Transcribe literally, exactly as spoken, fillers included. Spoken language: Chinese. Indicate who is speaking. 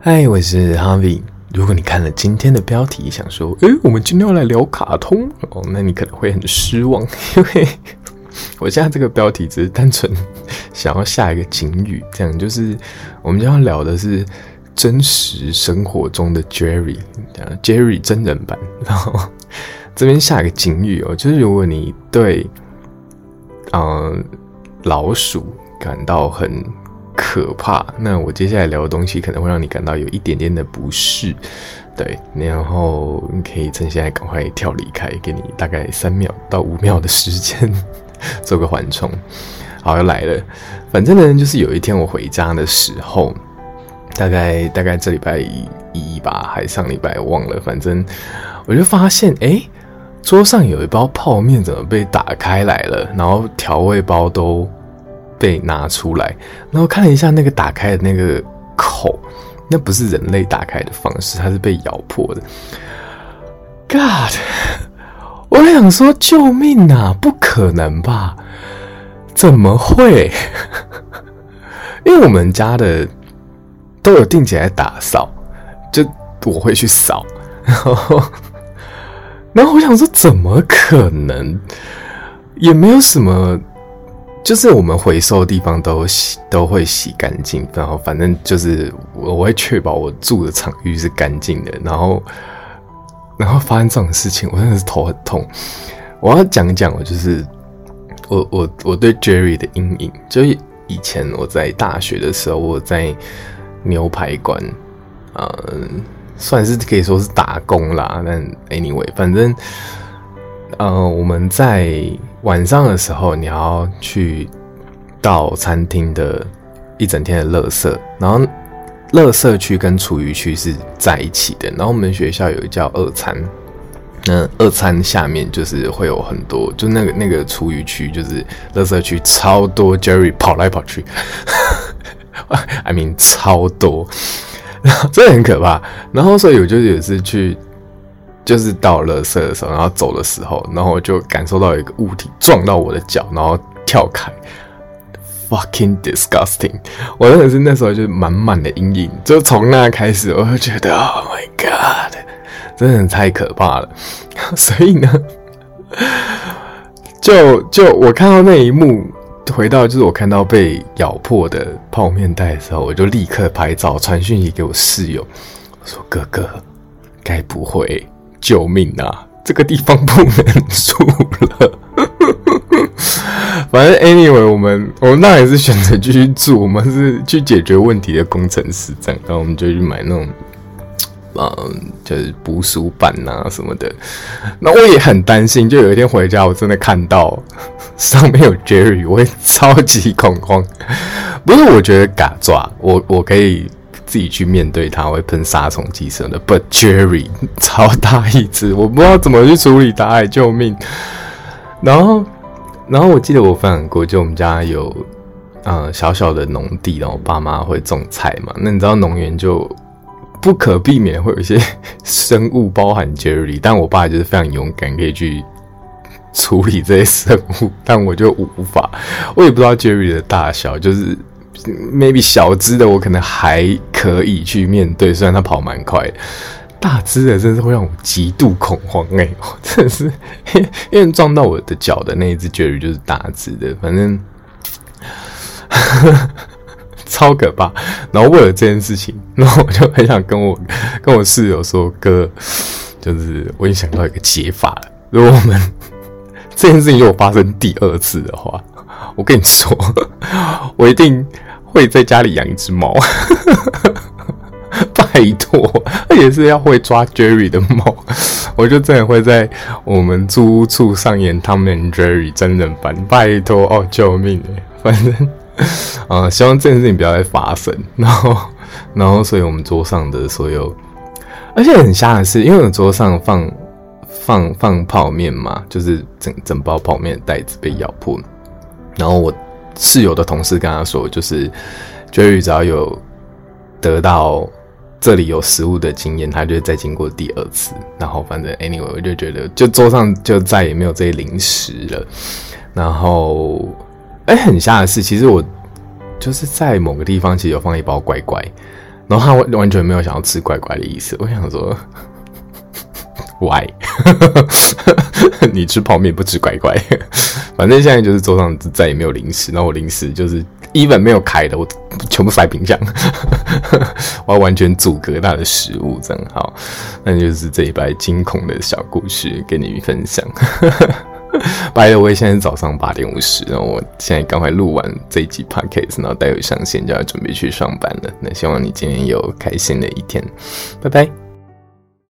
Speaker 1: 嗨，我是 Harvey。如果你看了今天的标题，想说，诶，我们今天要来聊卡通哦，那你可能会很失望，因为我现在这个标题只是单纯想要下一个警语，这样就是我们今天要聊的是真实生活中的 Jerry，Jerry 真人版。然后这边下一个警语哦，就是如果你对呃老鼠感到很可怕，那我接下来聊的东西可能会让你感到有一点点的不适，对，然后你可以趁现在赶快跳离开，给你大概三秒到五秒的时间做个缓冲。好，又来了，反正呢，就是有一天我回家的时候，大概大概这礼拜一吧，还上礼拜忘了，反正我就发现，哎，桌上有一包泡面怎么被打开来了，然后调味包都被拿出来，然后看了一下那个打开的那个口，那不是人类打开的方式，它是被咬破的。God， 我想说救命啊，不可能吧？怎么会？因为我们家的都有定期来打扫，就我会去扫，然后，然后我想说怎么可能？也没有什么。就是我们回收的地方都洗都会洗干净，然后反正就是我会确保我住的场域是干净的，然后然后发生这种事情，我真的是头很痛。我要讲讲，我就是我我我对 Jerry 的阴影，就是以前我在大学的时候，我在牛排馆，呃，算是可以说是打工啦，但 anyway， 反正呃我们在晚上的时候，你要去到餐厅的一整天的垃圾，然后垃圾区跟厨余区是在一起的。然后我们学校有一叫二餐，那二餐下面就是会有很多，就那个那个厨余区就是垃圾区，超多 Jerry 跑来跑去，I mean 超多，真的很可怕。然后所以我就有一次去。就是到垃圾的时候，然后走的时候，然后我就感受到有一个物体撞到我的脚，然后跳开 ，fucking disgusting！ 我真的是那时候就满满的阴影，就从那开始，我就觉得 ，Oh my god， 真的太可怕了。所以呢，就就我看到那一幕，回到就是我看到被咬破的泡面袋的时候，我就立刻拍照传讯息给我室友，我说：“哥哥，该不会？”救命啊！这个地方不能住了。反正 anyway， 我们我们当然是选择继续住，我们是去解决问题的工程师这样，然后我们就去买那种，嗯，就是捕鼠板啊什么的。那我也很担心，就有一天回家，我真的看到上面有 Jerry， 我会超级恐慌。不是，我觉得嘎抓，我我可以。自己去面对它，会喷杀虫剂什么的。But Jerry 超大一只，我不知道怎么去处理它，救命！然后，然后我记得我分享过，就我们家有呃小小的农地，然后我爸妈会种菜嘛。那你知道农园就不可避免会有一些生物，包含 Jerry， 但我爸就是非常勇敢，可以去处理这些生物，但我就无法，我也不知道 Jerry 的大小，就是。maybe 小只的我可能还可以去面对，虽然它跑蛮快的，大只的真是会让我极度恐慌哎、欸，真的是因为撞到我的脚的那一只 Jerry 就是大只的，反正超可怕。然后为了这件事情，然后我就很想跟我跟我室友说，哥，就是我已经想到一个解法了，如果我们这件事情如果发生第二次的话。我跟你说，我一定会在家里养一只猫，拜托，而且是要会抓 Jerry 的猫，我就真的会在我们租屋处上演 Tom and Jerry 真人版，拜托哦，救命欸！反正，呃，希望这件事情不要再发生。然后，然后，所以我们桌上的所有，而且很瞎的是，因为我桌上放放放泡面嘛，就是整整包泡面的袋子被咬破。然后我室友的同事跟他说，就是 Jerry 只要有得到这里有食物的经验，他就会再经过第二次。然后反正 anyway， 我就觉得就桌上就再也没有这些零食了。然后，哎，很瞎的是，其实我就是在某个地方其实有放一包乖乖， 然后他完全没有想要吃乖乖的意思。我想说 ，why？ 你吃泡面不吃乖乖？反正现在就是桌上再也没有零食，然后我零食就是 even 没有开的，我全部塞冰箱，我要完全阻隔他的食物，这样好。那就是这一拜惊恐的小故事跟你分享。By the way， 现在是早上八点五十，然后我现在赶快录完这一集 podcast， 然后待会上线就要准备去上班了。那希望你今天有开心的一天，拜拜。